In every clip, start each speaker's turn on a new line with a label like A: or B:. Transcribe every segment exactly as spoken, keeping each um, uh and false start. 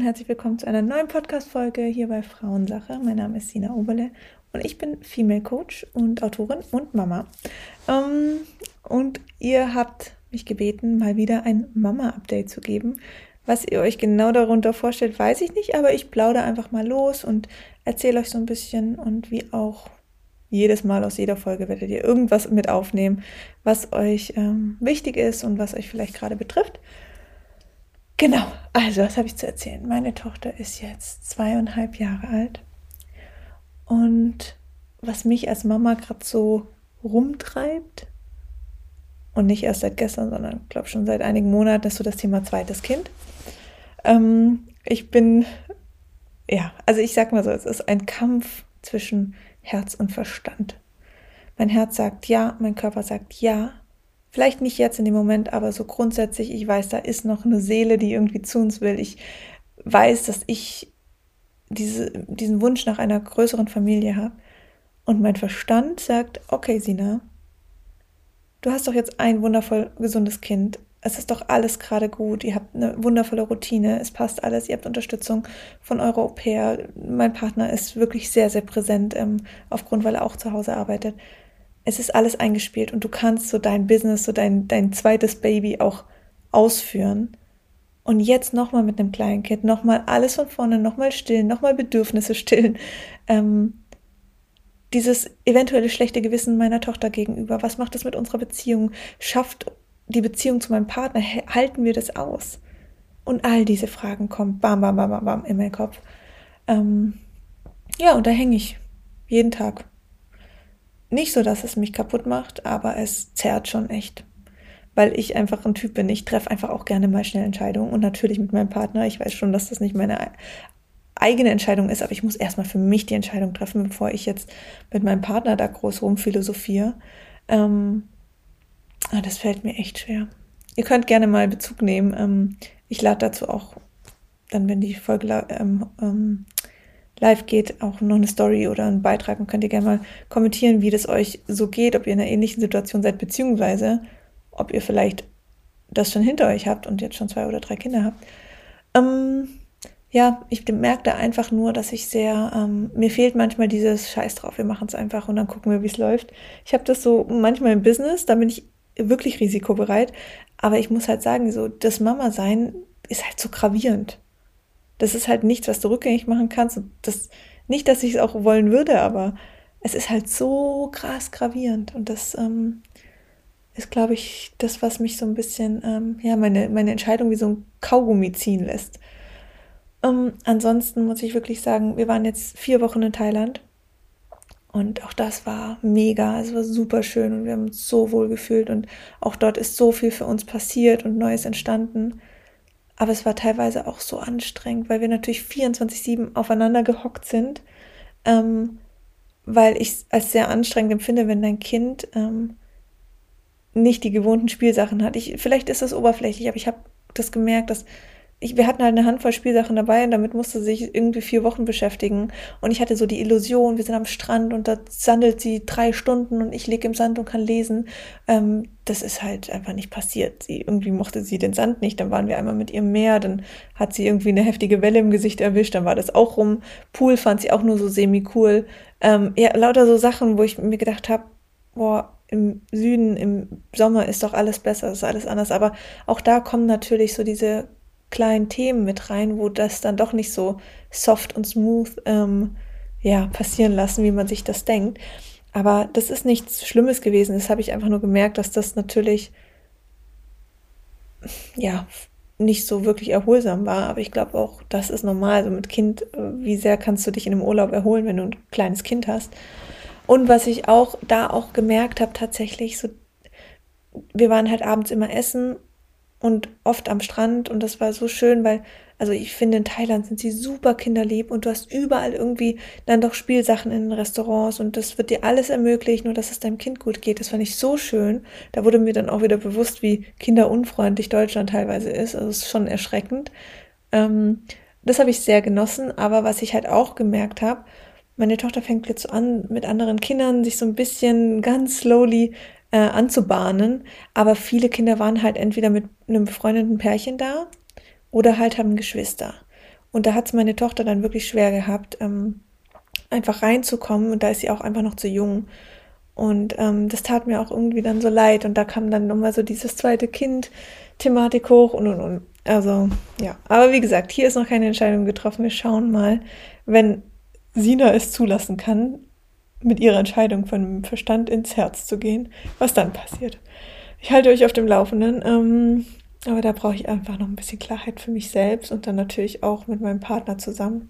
A: herzlich willkommen zu einer neuen Podcast-Folge hier bei Frauensache. Mein Name ist Sina Oberle und ich bin Female Coach und Autorin und Mama. Ähm, und ihr habt mich gebeten, mal wieder ein Mama-Update zu geben. Was ihr euch genau darunter vorstellt, weiß ich nicht, aber ich plaudere einfach mal los und erzähle euch so ein bisschen, und wie auch jedes Mal aus jeder Folge werdet ihr irgendwas mit aufnehmen, was euch ähm, wichtig ist und was euch vielleicht gerade betrifft. Genau, also was habe ich zu erzählen? Meine Tochter ist jetzt zweieinhalb Jahre alt, und was mich als Mama gerade so rumtreibt, und nicht erst seit gestern, sondern ich glaube schon seit einigen Monaten, ist so das Thema zweites Kind. Ähm, ich bin, ja, also ich sag mal so, es ist ein Kampf zwischen Herz und Verstand. Mein Herz sagt ja, mein Körper sagt ja. Vielleicht nicht jetzt in dem Moment, aber so grundsätzlich, ich weiß, da ist noch eine Seele, die irgendwie zu uns will. Ich weiß, dass ich diese, diesen Wunsch nach einer größeren Familie habe. Und mein Verstand sagt, okay, Sina, du hast doch jetzt ein wundervoll gesundes Kind. Es ist doch alles gerade gut. Ihr habt eine wundervolle Routine. Es passt alles. Ihr habt Unterstützung von eurer Au-pair. Mein Partner ist wirklich sehr, sehr präsent, ähm, aufgrund, weil er auch zu Hause arbeitet. Es ist alles eingespielt und du kannst so dein Business, so dein, dein zweites Baby auch ausführen. Und jetzt nochmal mit einem kleinen Kind, nochmal alles von vorne, nochmal stillen, nochmal Bedürfnisse stillen. Ähm, dieses eventuelle schlechte Gewissen meiner Tochter gegenüber, was macht das mit unserer Beziehung? Schafft die Beziehung zu meinem Partner, halten wir das aus? Und all diese Fragen kommen bam, bam, bam, bam, bam in meinen Kopf. Ähm, ja, und da hänge ich jeden Tag. Nicht so, dass es mich kaputt macht, aber es zerrt schon echt. Weil ich einfach ein Typ bin. Ich treffe einfach auch gerne mal schnell Entscheidungen. Und natürlich mit meinem Partner. Ich weiß schon, dass das nicht meine eigene Entscheidung ist, aber ich muss erstmal für mich die Entscheidung treffen, bevor ich jetzt mit meinem Partner da groß rumphilosophiere. Ähm, das fällt mir echt schwer. Ihr könnt gerne mal Bezug nehmen. Ähm, ich lade dazu auch, dann wenn die Folge ähm, ähm, live geht, auch noch eine Story oder einen Beitrag, und könnt ihr gerne mal kommentieren, wie das euch so geht, ob ihr in einer ähnlichen Situation seid, beziehungsweise ob ihr vielleicht das schon hinter euch habt und jetzt schon zwei oder drei Kinder habt. Ähm, ja, ich merke da einfach nur, dass ich sehr, ähm, mir fehlt manchmal dieses Scheiß drauf, wir machen es einfach und dann gucken wir, wie es läuft. Ich habe das so manchmal im Business, da bin ich wirklich risikobereit, aber ich muss halt sagen, so das Mama-Sein ist halt so gravierend. Das ist halt nichts, was du rückgängig machen kannst. Und das, nicht, dass ich es auch wollen würde, aber es ist halt so krass gravierend. Und das ähm, ist, glaube ich, das, was mich so ein bisschen, ähm, ja, meine, meine Entscheidung wie so ein Kaugummi ziehen lässt. Ähm, ansonsten muss ich wirklich sagen, wir waren jetzt vier Wochen in Thailand. Und auch das war mega, es war super schön und wir haben uns so wohl gefühlt. Und auch dort ist so viel für uns passiert und Neues entstanden. Aber es war teilweise auch so anstrengend, weil wir natürlich vierundzwanzig sieben aufeinander gehockt sind, ähm, weil ich es als sehr anstrengend empfinde, wenn dein Kind ähm, nicht die gewohnten Spielsachen hat. Ich, vielleicht ist das oberflächlich, aber ich habe das gemerkt, dass ich, wir hatten halt eine Handvoll Spielsachen dabei und damit musste sie sich irgendwie vier Wochen beschäftigen. Und ich hatte so die Illusion, wir sind am Strand und da sandelt sie drei Stunden und ich liege im Sand und kann lesen. Ähm, das ist halt einfach nicht passiert. Sie, irgendwie mochte sie den Sand nicht, dann waren wir einmal mit ihr im Meer, dann hat sie irgendwie eine heftige Welle im Gesicht erwischt, dann war das auch rum. Pool fand sie auch nur so semi-cool. Ähm, ja, lauter so Sachen, wo ich mir gedacht habe, boah, im Süden, im Sommer ist doch alles besser, ist alles anders. Aber auch da kommen natürlich so diese kleinen Themen mit rein, wo das dann doch nicht so soft und smooth ähm, ja, passieren lassen, wie man sich das denkt. Aber das ist nichts Schlimmes gewesen. Das habe ich einfach nur gemerkt, dass das natürlich ja nicht so wirklich erholsam war. Aber ich glaube auch, das ist normal. So mit Kind, wie sehr kannst du dich in einem Urlaub erholen, wenn du ein kleines Kind hast? Und was ich auch da auch gemerkt habe, tatsächlich, so, wir waren halt abends immer essen und oft am Strand und das war so schön, weil, also ich finde, in Thailand sind sie super kinderlieb und du hast überall irgendwie dann doch Spielsachen in den Restaurants und das wird dir alles ermöglicht, nur dass es deinem Kind gut geht. Das fand ich so schön. Da wurde mir dann auch wieder bewusst, wie kinderunfreundlich Deutschland teilweise ist. Also es ist schon erschreckend. Ähm, das habe ich sehr genossen, aber was ich halt auch gemerkt habe, meine Tochter fängt jetzt so an, mit anderen Kindern sich so ein bisschen ganz slowly äh, anzubahnen. Aber viele Kinder waren halt entweder mit einem befreundeten Pärchen da oder halt haben Geschwister. Und da hat es meine Tochter dann wirklich schwer gehabt, ähm, einfach reinzukommen. Und da ist sie auch einfach noch zu jung. Und ähm, das tat mir auch irgendwie dann so leid. Und da kam dann nochmal so dieses zweite Kind-Thematik hoch und, und, und. Also, ja. Aber wie gesagt, hier ist noch keine Entscheidung getroffen. Wir schauen mal, wenn Sina es zulassen kann, mit ihrer Entscheidung von dem Verstand ins Herz zu gehen, was dann passiert. Ich halte euch auf dem Laufenden. Ähm, aber da brauche ich einfach noch ein bisschen Klarheit für mich selbst und dann natürlich auch mit meinem Partner zusammen.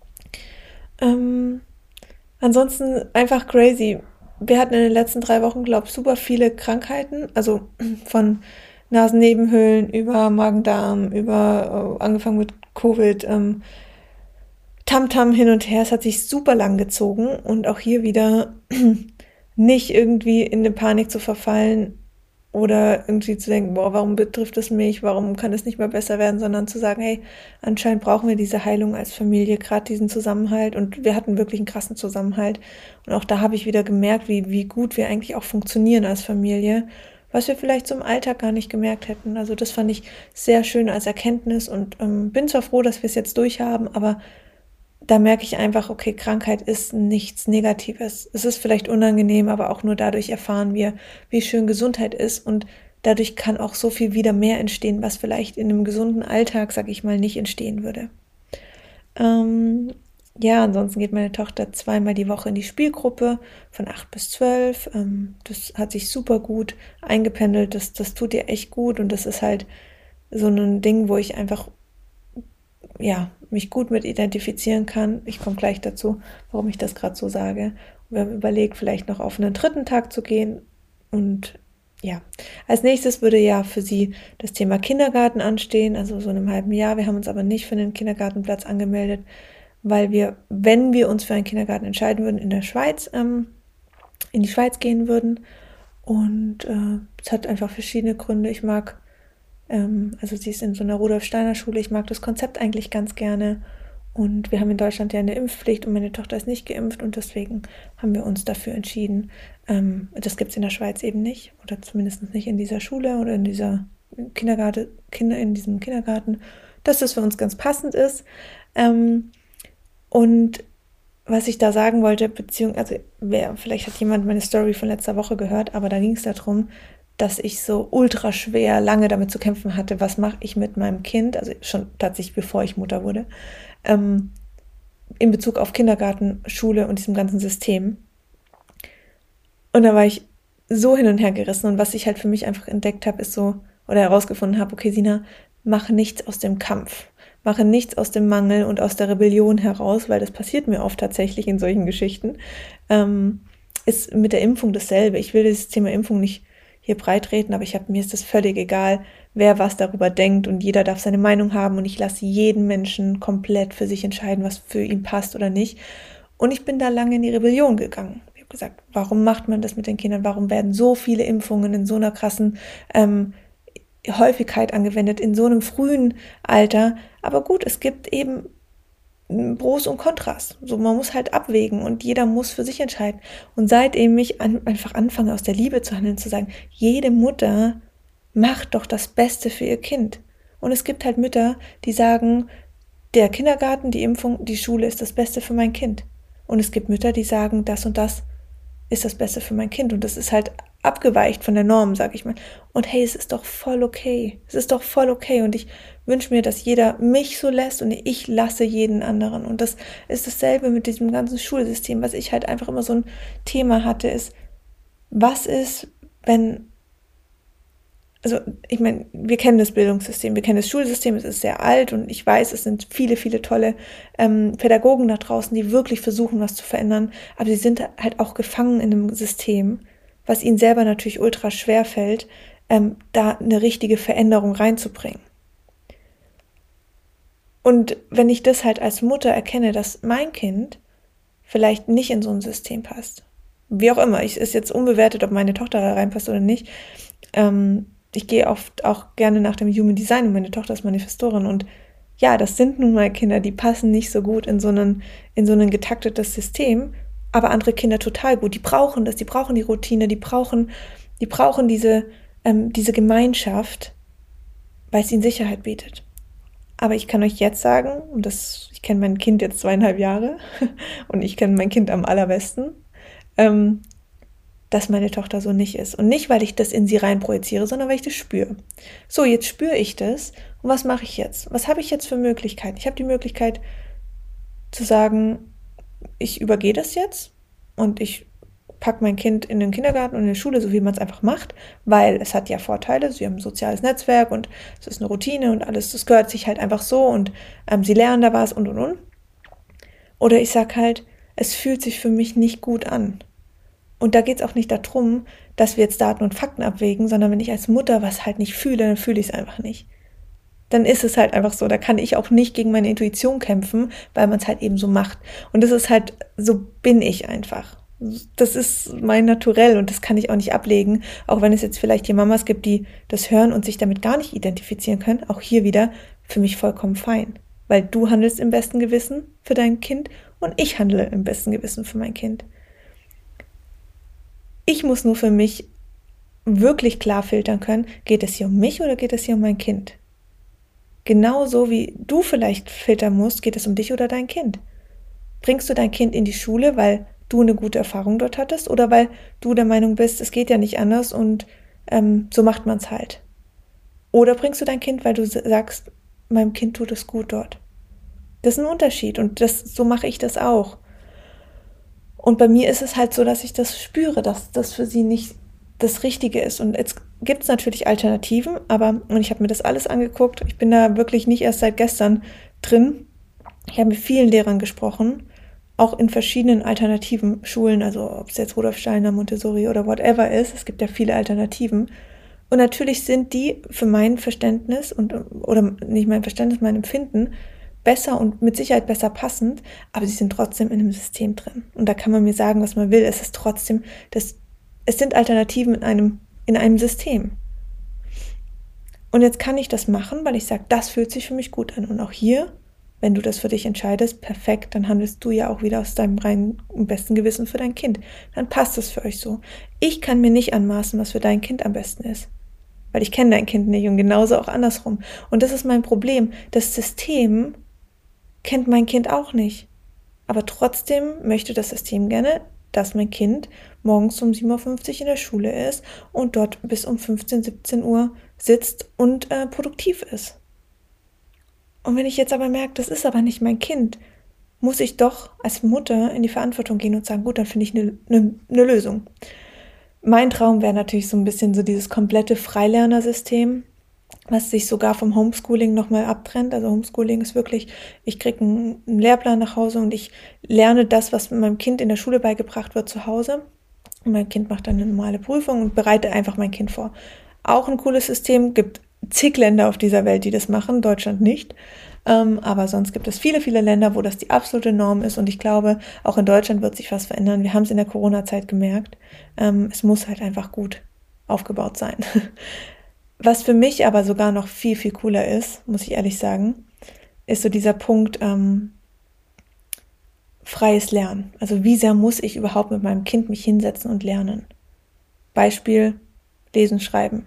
A: Ähm, ansonsten einfach crazy. Wir hatten in den letzten drei Wochen, glaube ich, super viele Krankheiten, also von Nasennebenhöhlen über Magen-Darm, über äh, angefangen mit Covid, ähm, Tamtam hin und her. Es hat sich super lang gezogen und auch hier wieder nicht irgendwie in eine Panik zu verfallen oder irgendwie zu denken, boah, warum betrifft es mich, warum kann es nicht mehr besser werden, sondern zu sagen, hey, anscheinend brauchen wir diese Heilung als Familie, gerade diesen Zusammenhalt, und wir hatten wirklich einen krassen Zusammenhalt und auch da habe ich wieder gemerkt, wie, wie gut wir eigentlich auch funktionieren als Familie, was wir vielleicht so im Alltag gar nicht gemerkt hätten. Also das fand ich sehr schön als Erkenntnis und ähm, bin zwar froh, dass wir es jetzt durchhaben, aber da merke ich einfach, okay, Krankheit ist nichts Negatives. Es ist vielleicht unangenehm, aber auch nur dadurch erfahren wir, wie schön Gesundheit ist, und dadurch kann auch so viel wieder mehr entstehen, was vielleicht in einem gesunden Alltag, sag ich mal, nicht entstehen würde. Ähm, ja, ansonsten geht meine Tochter zweimal die Woche in die Spielgruppe von acht bis zwölf. Ähm, das hat sich super gut eingependelt. Das, das tut ihr echt gut, und das ist halt so ein Ding, wo ich einfach ja, mich gut mit identifizieren kann. Ich komme gleich dazu, warum ich das gerade so sage. Wir haben überlegt, vielleicht noch auf einen dritten Tag zu gehen. Und ja, als nächstes würde ja für sie das Thema Kindergarten anstehen, also so in einem halben Jahr. Wir haben uns aber nicht für einen Kindergartenplatz angemeldet, weil wir, wenn wir uns für einen Kindergarten entscheiden würden, in der Schweiz, ähm, in die Schweiz gehen würden. Und äh, es hat einfach verschiedene Gründe. Ich mag Also sie ist in so einer Rudolf-Steiner-Schule. Ich mag das Konzept eigentlich ganz gerne. Und wir haben in Deutschland ja eine Impfpflicht und meine Tochter ist nicht geimpft. Und deswegen haben wir uns dafür entschieden. Das gibt es in der Schweiz eben nicht. Oder zumindest nicht in dieser Schule oder in dieser Kindergarten, Kinder, in diesem Kindergarten. Dass das für uns ganz passend ist. Und was ich da sagen wollte, beziehungsweise, also wer, vielleicht hat jemand meine Story von letzter Woche gehört, aber da ging es darum, dass ich so ultra schwer lange damit zu kämpfen hatte, was mache ich mit meinem Kind, also schon tatsächlich bevor ich Mutter wurde, ähm, in Bezug auf Kindergarten, Schule und diesem ganzen System. Und da war ich so hin und her gerissen, und was ich halt für mich einfach entdeckt habe, ist so, oder herausgefunden habe, okay, Sina, mach nichts aus dem Kampf, mache nichts aus dem Mangel und aus der Rebellion heraus, weil das passiert mir oft tatsächlich in solchen Geschichten, ähm, ist mit der Impfung dasselbe. Ich will das Thema Impfung nicht hier breitreden, aber ich habe, mir ist das völlig egal, wer was darüber denkt, und jeder darf seine Meinung haben, und ich lasse jeden Menschen komplett für sich entscheiden, was für ihn passt oder nicht. Und ich bin da lange in die Rebellion gegangen. Ich habe gesagt, warum macht man das mit den Kindern? Warum werden so viele Impfungen in so einer krassen ähm, Häufigkeit angewendet, in so einem frühen Alter? Aber gut, es gibt eben Pros und Kontras. So, man muss halt abwägen und jeder muss für sich entscheiden. Und seitdem ich an, einfach anfange, aus der Liebe zu handeln, zu sagen, jede Mutter macht doch das Beste für ihr Kind. Und es gibt halt Mütter, die sagen, der Kindergarten, die Impfung, die Schule ist das Beste für mein Kind. Und es gibt Mütter, die sagen, das und das ist das Beste für mein Kind. Und das ist halt abgeweicht von der Norm, sag ich mal. Und hey, es ist doch voll okay. Es ist doch voll okay. Und ich wünsche mir, dass jeder mich so lässt und ich lasse jeden anderen. Und das ist dasselbe mit diesem ganzen Schulsystem. Was ich halt einfach immer so ein Thema hatte, ist, was ist, wenn, also ich meine, wir kennen das Bildungssystem, wir kennen das Schulsystem, es ist sehr alt, und ich weiß, es sind viele, viele tolle ähm, Pädagogen da draußen, die wirklich versuchen, was zu verändern, aber sie sind halt auch gefangen in einem System, was ihnen selber natürlich ultra schwer fällt, ähm, da eine richtige Veränderung reinzubringen. Und wenn ich das halt als Mutter erkenne, dass mein Kind vielleicht nicht in so ein System passt, wie auch immer, es ist jetzt unbewertet, ob meine Tochter da reinpasst oder nicht, ähm, ich gehe oft auch gerne nach dem Human Design, und meine Tochter ist Manifestorin, und ja, das sind nun mal Kinder, die passen nicht so gut in so einen, in so ein getaktetes System, aber andere Kinder total gut, die brauchen das, die brauchen die Routine, die brauchen, die brauchen diese, ähm, diese Gemeinschaft, weil es ihnen Sicherheit bietet. Aber ich kann euch jetzt sagen, und das, ich kenne mein Kind jetzt zweieinhalb Jahre und ich kenne mein Kind am allerbesten, ähm, dass meine Tochter so nicht ist. Und nicht, weil ich das in sie reinprojiziere, sondern weil ich das spüre. So, jetzt spüre ich das. Und was mache ich jetzt? Was habe ich jetzt für Möglichkeiten? Ich habe die Möglichkeit zu sagen, ich übergehe das jetzt und ich packe mein Kind in den Kindergarten und in die Schule, so wie man es einfach macht, weil es hat ja Vorteile. Sie haben ein soziales Netzwerk und es ist eine Routine und alles, das gehört sich halt einfach so und ähm, sie lernen da was und und und. Oder ich sage halt, es fühlt sich für mich nicht gut an. Und da geht es auch nicht darum, dass wir jetzt Daten und Fakten abwägen, sondern wenn ich als Mutter was halt nicht fühle, dann fühle ich es einfach nicht. Dann ist es halt einfach so. Da kann ich auch nicht gegen meine Intuition kämpfen, weil man es halt eben so macht. Und das ist halt, so bin ich einfach. Das ist mein Naturell und das kann ich auch nicht ablegen. Auch wenn es jetzt vielleicht hier Mamas gibt, die das hören und sich damit gar nicht identifizieren können. Auch hier wieder für mich vollkommen fein. Weil du handelst im besten Gewissen für dein Kind und ich handle im besten Gewissen für mein Kind. Ich muss nur für mich wirklich klar filtern können, geht es hier um mich oder geht es hier um mein Kind? Genauso wie du vielleicht filtern musst, geht es um dich oder dein Kind. Bringst du dein Kind in die Schule, weil du eine gute Erfahrung dort hattest oder weil du der Meinung bist, es geht ja nicht anders und ähm, so macht man es halt? Oder bringst du dein Kind, weil du sagst, meinem Kind tut es gut dort? Das ist ein Unterschied und das, so mache ich das auch. Und bei mir ist es halt so, dass ich das spüre, dass das für sie nicht das Richtige ist. Und jetzt gibt es natürlich Alternativen, aber, und ich habe mir das alles angeguckt, ich bin da wirklich nicht erst seit gestern drin. Ich habe mit vielen Lehrern gesprochen, auch in verschiedenen alternativen Schulen, also ob es jetzt Rudolf Steiner, Montessori oder whatever ist, es gibt ja viele Alternativen. Und natürlich sind die für mein Verständnis und oder nicht mein Verständnis, mein Empfinden besser und mit Sicherheit besser passend, aber sie sind trotzdem in einem System drin. Und da kann man mir sagen, was man will. Es ist trotzdem, das, es sind Alternativen in einem, in einem System. Und jetzt kann ich das machen, weil ich sage, das fühlt sich für mich gut an. Und auch hier, wenn du das für dich entscheidest, perfekt, dann handelst du ja auch wieder aus deinem reinen und besten Gewissen für dein Kind. Dann passt es für euch so. Ich kann mir nicht anmaßen, was für dein Kind am besten ist. Weil ich kenne dein Kind nicht und genauso auch andersrum. Und das ist mein Problem. Das System kennt mein Kind auch nicht. Aber trotzdem möchte das System gerne, dass mein Kind morgens um sieben Uhr fünfzig in der Schule ist und dort bis um fünfzehn, siebzehn Uhr sitzt und äh, produktiv ist. Und wenn ich jetzt aber merke, das ist aber nicht mein Kind, muss ich doch als Mutter in die Verantwortung gehen und sagen, gut, dann finde ich eine ne, ne Lösung. Mein Traum wäre natürlich so ein bisschen so dieses komplette Freilernersystem, was sich sogar vom Homeschooling nochmal abtrennt. Also Homeschooling ist wirklich, ich kriege einen, einen Lehrplan nach Hause und ich lerne das, was meinem Kind in der Schule beigebracht wird, zu Hause. Und mein Kind macht dann eine normale Prüfung und bereite einfach mein Kind vor. Auch ein cooles System, gibt zig Länder auf dieser Welt, die das machen, Deutschland nicht. Ähm, aber sonst gibt es viele, viele Länder, wo das die absolute Norm ist. Und ich glaube, auch in Deutschland wird sich was verändern. Wir haben es in der Corona-Zeit gemerkt. Ähm, es muss halt einfach gut aufgebaut sein. Was für mich aber sogar noch viel, viel cooler ist, muss ich ehrlich sagen, ist so dieser Punkt ähm, freies Lernen. Also wie sehr muss ich überhaupt mit meinem Kind mich hinsetzen und lernen? Beispiel Lesen, Schreiben.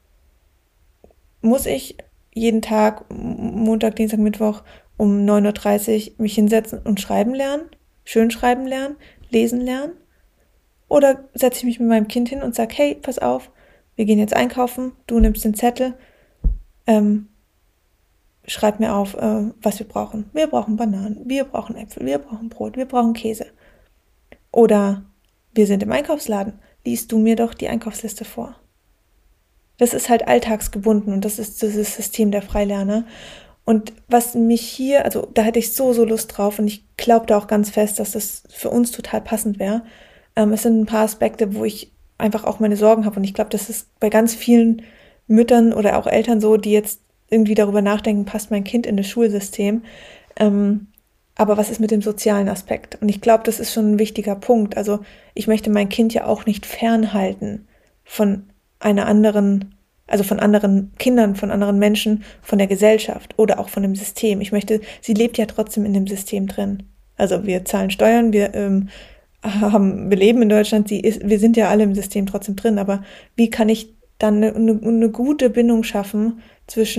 A: Muss ich jeden Tag, Montag, Dienstag, Mittwoch um neun Uhr dreißig mich hinsetzen und schreiben lernen? Schön schreiben lernen? Lesen lernen? Oder setze ich mich mit meinem Kind hin und sage, hey, pass auf, wir gehen jetzt einkaufen, du nimmst den Zettel, ähm, schreib mir auf, äh, was wir brauchen. Wir brauchen Bananen, wir brauchen Äpfel, wir brauchen Brot, wir brauchen Käse. Oder wir sind im Einkaufsladen, liest du mir doch die Einkaufsliste vor. Das ist halt alltagsgebunden und das ist dieses System der Freilerner. Und was mich hier, also da hätte ich so, so Lust drauf und ich glaube da auch ganz fest, dass das für uns total passend wäre. Ähm, es sind ein paar Aspekte, wo ich einfach auch meine Sorgen habe und ich glaube, das ist bei ganz vielen Müttern oder auch Eltern so, die jetzt irgendwie darüber nachdenken, passt mein Kind in das Schulsystem. Ähm, aber was ist mit dem sozialen Aspekt? Und ich glaube, das ist schon ein wichtiger Punkt. Also ich möchte mein Kind ja auch nicht fernhalten von einer anderen, also von anderen Kindern, von anderen Menschen, von der Gesellschaft oder auch von dem System. Ich möchte, sie lebt ja trotzdem in dem System drin. Also wir zahlen Steuern, wir ähm, haben, wir leben in Deutschland, sie ist, wir sind ja alle im System trotzdem drin, aber wie kann ich dann eine, eine, eine gute Bindung schaffen zwischen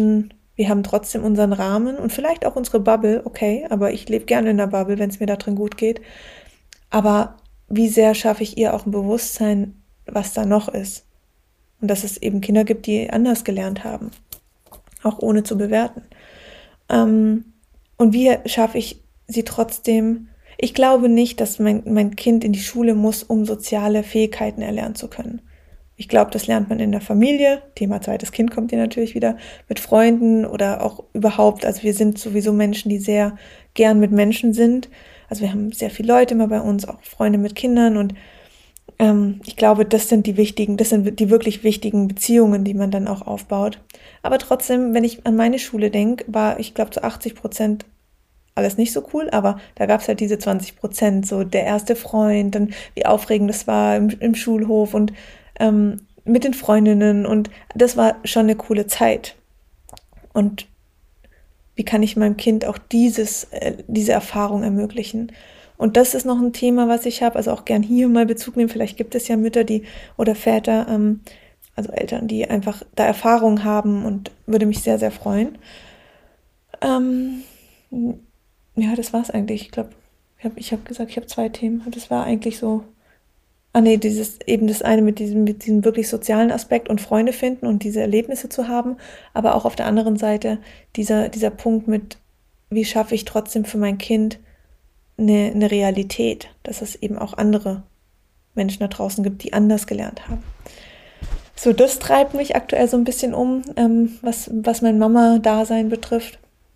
A: Wir haben trotzdem unseren Rahmen und vielleicht auch unsere Bubble, okay, aber ich lebe gerne in der Bubble, wenn es mir da drin gut geht. Aber wie sehr schaffe ich ihr auch ein Bewusstsein, was da noch ist? Und dass es eben Kinder gibt, die anders gelernt haben, auch ohne zu bewerten. Ähm, und wie schaffe ich sie trotzdem? Ich glaube nicht, dass mein, mein Kind in die Schule muss, um soziale Fähigkeiten erlernen zu können. Ich glaube, das lernt man in der Familie. Thema zweites Kind kommt hier natürlich wieder, mit Freunden oder auch überhaupt. Also wir sind sowieso Menschen, die sehr gern mit Menschen sind. Also wir haben sehr viele Leute immer bei uns, auch Freunde mit Kindern. Und ähm, ich glaube, das sind die wichtigen, das sind die wirklich wichtigen Beziehungen, die man dann auch aufbaut. Aber trotzdem, wenn ich an meine Schule denke, war, ich glaube, zu achtzig Prozent alles nicht so cool, aber da gab es halt diese zwanzig Prozent, so der erste Freund, dann wie aufregend das war im, im Schulhof und ähm, mit den Freundinnen, und das war schon eine coole Zeit. Und wie kann ich meinem Kind auch dieses, äh, diese Erfahrung ermöglichen? Und das ist noch ein Thema, was ich habe, also auch gern hier mal Bezug nehmen. Vielleicht gibt es ja Mütter, die oder Väter, ähm, also Eltern, die einfach da Erfahrung haben, und würde mich sehr, sehr freuen. Ähm, ja, das war's eigentlich. Ich glaube, ich habe ich hab gesagt, ich habe zwei Themen. Das war eigentlich so. Ah nee, dieses, eben das eine mit diesem, mit diesem wirklich sozialen Aspekt und Freunde finden und diese Erlebnisse zu haben, aber auch auf der anderen Seite dieser, dieser Punkt mit, wie schaffe ich trotzdem für mein Kind eine, eine Realität, dass es eben auch andere Menschen da draußen gibt, die anders gelernt haben. So, das treibt mich aktuell so ein bisschen um, ähm, was, was mein Mama-Dasein betrifft.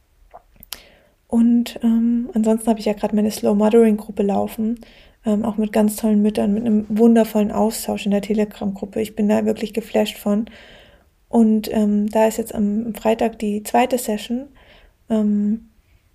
A: Und ähm, ansonsten habe ich ja gerade meine Slow-Mothering-Gruppe laufen, ähm, auch mit ganz tollen Müttern, mit einem wundervollen Austausch in der Telegram-Gruppe. Ich bin da wirklich geflasht von. Und ähm, da ist jetzt am Freitag die zweite Session. Ähm,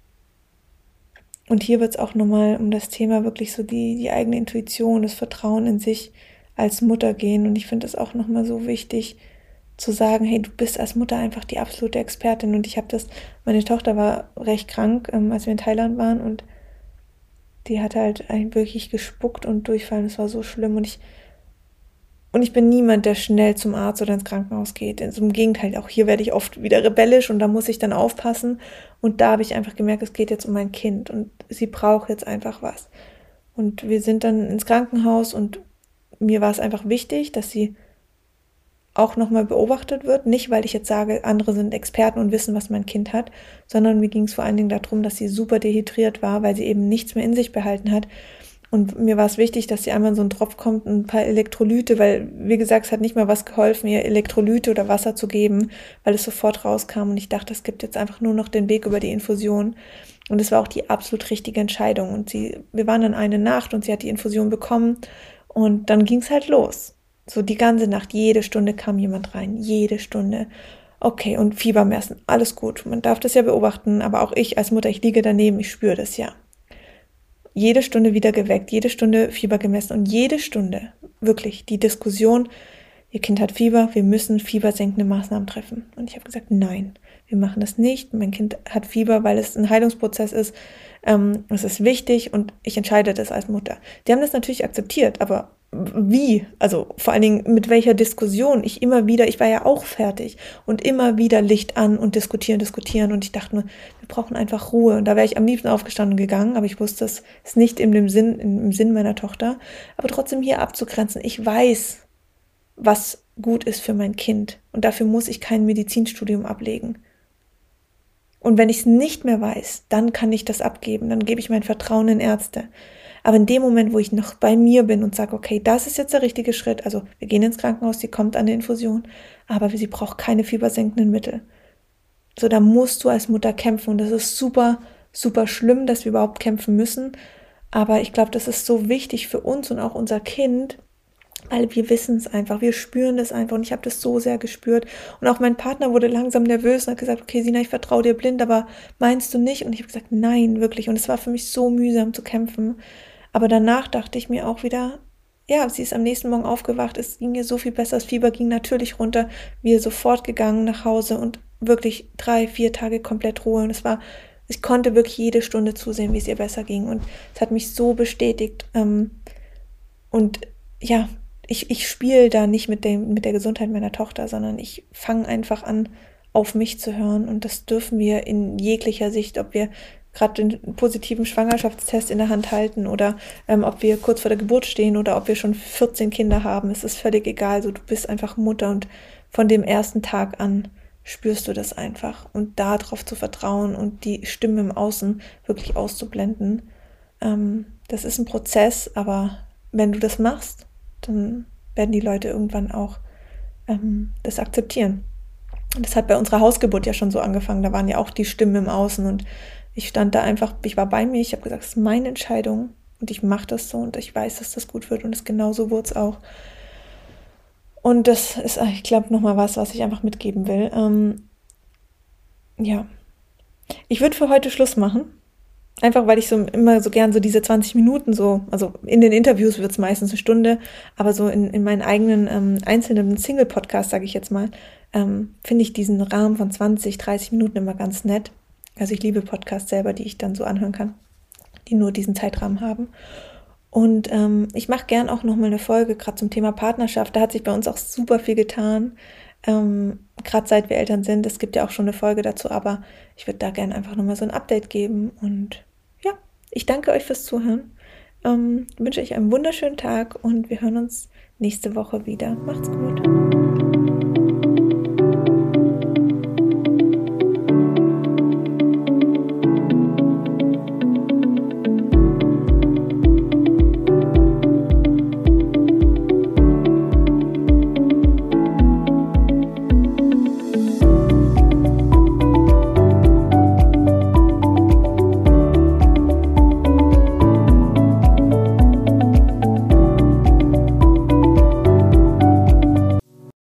A: und hier wird es auch nochmal um das Thema wirklich so die, die eigene Intuition, das Vertrauen in sich als Mutter gehen. Und ich finde es auch nochmal so wichtig, zu sagen, hey, du bist als Mutter einfach die absolute Expertin. Und ich habe das, meine Tochter war recht krank, ähm, als wir in Thailand waren, und die hat halt wirklich gespuckt und Durchfall. Das war so schlimm. Und ich und ich bin niemand, der schnell zum Arzt oder ins Krankenhaus geht. Also im Gegenteil, auch hier werde ich oft wieder rebellisch und da muss ich dann aufpassen. Und da habe ich einfach gemerkt, es geht jetzt um mein Kind und sie braucht jetzt einfach was. Und wir sind dann ins Krankenhaus, und mir war es einfach wichtig, dass sie auch nochmal beobachtet wird. Nicht, weil ich jetzt sage, andere sind Experten und wissen, was mein Kind hat, sondern mir ging es vor allen Dingen darum, dass sie super dehydriert war, weil sie eben nichts mehr in sich behalten hat. Und mir war es wichtig, dass sie einmal in so einen Tropf kommt, ein paar Elektrolyte, weil, wie gesagt, es hat nicht mal was geholfen, ihr Elektrolyte oder Wasser zu geben, weil es sofort rauskam. Und ich dachte, es gibt jetzt einfach nur noch den Weg über die Infusion. Und es war auch die absolut richtige Entscheidung. Und sie, wir waren dann eine Nacht und sie hat die Infusion bekommen, und dann ging es halt los. So die ganze Nacht, jede Stunde kam jemand rein, jede Stunde. Okay, und Fieber messen, alles gut. Man darf das ja beobachten, aber auch ich als Mutter, ich liege daneben, ich spüre das ja. Jede Stunde wieder geweckt, jede Stunde Fieber gemessen und jede Stunde wirklich die Diskussion, ihr Kind hat Fieber, wir müssen fiebersenkende Maßnahmen treffen. Und ich habe gesagt, nein, wir machen das nicht. Mein Kind hat Fieber, weil es ein Heilungsprozess ist. Ähm, es ist wichtig und ich entscheide das als Mutter. Die haben das natürlich akzeptiert, aber wie? Also vor allen Dingen mit welcher Diskussion? Ich immer wieder, ich war ja auch fertig und immer wieder Licht an und diskutieren, diskutieren, und ich dachte nur, wir brauchen einfach Ruhe, und da wäre ich am liebsten aufgestanden gegangen, aber ich wusste, es ist nicht in dem Sinn, im Sinn meiner Tochter, aber trotzdem hier abzugrenzen. Ich weiß, was gut ist für mein Kind, und dafür muss ich kein Medizinstudium ablegen. Und wenn ich es nicht mehr weiß, dann kann ich das abgeben, dann gebe ich mein Vertrauen in Ärzte. Aber in dem Moment, wo ich noch bei mir bin und sage, okay, das ist jetzt der richtige Schritt, also wir gehen ins Krankenhaus, sie kommt an eine Infusion, aber sie braucht keine fiebersenkenden Mittel. So, da musst du als Mutter kämpfen, und das ist super, super schlimm, dass wir überhaupt kämpfen müssen, aber ich glaube, das ist so wichtig für uns und auch unser Kind, weil wir wissen es einfach, wir spüren das einfach, und ich habe das so sehr gespürt, und auch mein Partner wurde langsam nervös und hat gesagt, okay Sina, ich vertraue dir blind, aber meinst du nicht? Und ich habe gesagt, nein, wirklich, und es war für mich so mühsam zu kämpfen, aber danach dachte ich mir auch wieder, ja, sie ist am nächsten Morgen aufgewacht, es ging ihr so viel besser, das Fieber ging natürlich runter, wir sofort gegangen nach Hause und wirklich drei, vier Tage komplett Ruhe, und es war, ich konnte wirklich jede Stunde zusehen, wie es ihr besser ging, und es hat mich so bestätigt, ähm, und ja, ich, ich spiele da nicht mit dem, mit der Gesundheit meiner Tochter, sondern ich fange einfach an, auf mich zu hören. Und das dürfen wir in jeglicher Sicht, ob wir gerade den positiven Schwangerschaftstest in der Hand halten oder ähm, ob wir kurz vor der Geburt stehen oder ob wir schon vierzehn Kinder haben. Es ist völlig egal. Also du bist einfach Mutter und von dem ersten Tag an spürst du das einfach. Und darauf zu vertrauen und die Stimme im Außen wirklich auszublenden, ähm, das ist ein Prozess, aber wenn du das machst, dann werden die Leute irgendwann auch ähm, das akzeptieren. Und das hat bei unserer Hausgeburt ja schon so angefangen. Da waren ja auch die Stimmen im Außen und ich stand da einfach, ich war bei mir, ich habe gesagt, es ist meine Entscheidung und ich mache das so und ich weiß, dass das gut wird und es genau so wurde es auch. Und das ist, ich glaube, nochmal was, was ich einfach mitgeben will. Ähm, ja, ich würde für heute Schluss machen. Einfach, weil ich so immer so gern so diese zwanzig Minuten so, also in den Interviews wird es meistens eine Stunde, aber so in, in meinen eigenen ähm, einzelnen Single-Podcasts, sage ich jetzt mal, ähm, finde ich diesen Rahmen von zwanzig, dreißig Minuten immer ganz nett. Also ich liebe Podcasts selber, die ich dann so anhören kann, die nur diesen Zeitrahmen haben. Und ähm, ich mache gern auch nochmal eine Folge, gerade zum Thema Partnerschaft. Da hat sich bei uns auch super viel getan, ähm, gerade seit wir Eltern sind. Es gibt ja auch schon eine Folge dazu, aber ich würde da gern einfach nochmal so ein Update geben. Und ja, ich danke euch fürs Zuhören. Ähm, wünsche euch einen wunderschönen Tag und wir hören uns nächste Woche wieder. Macht's gut.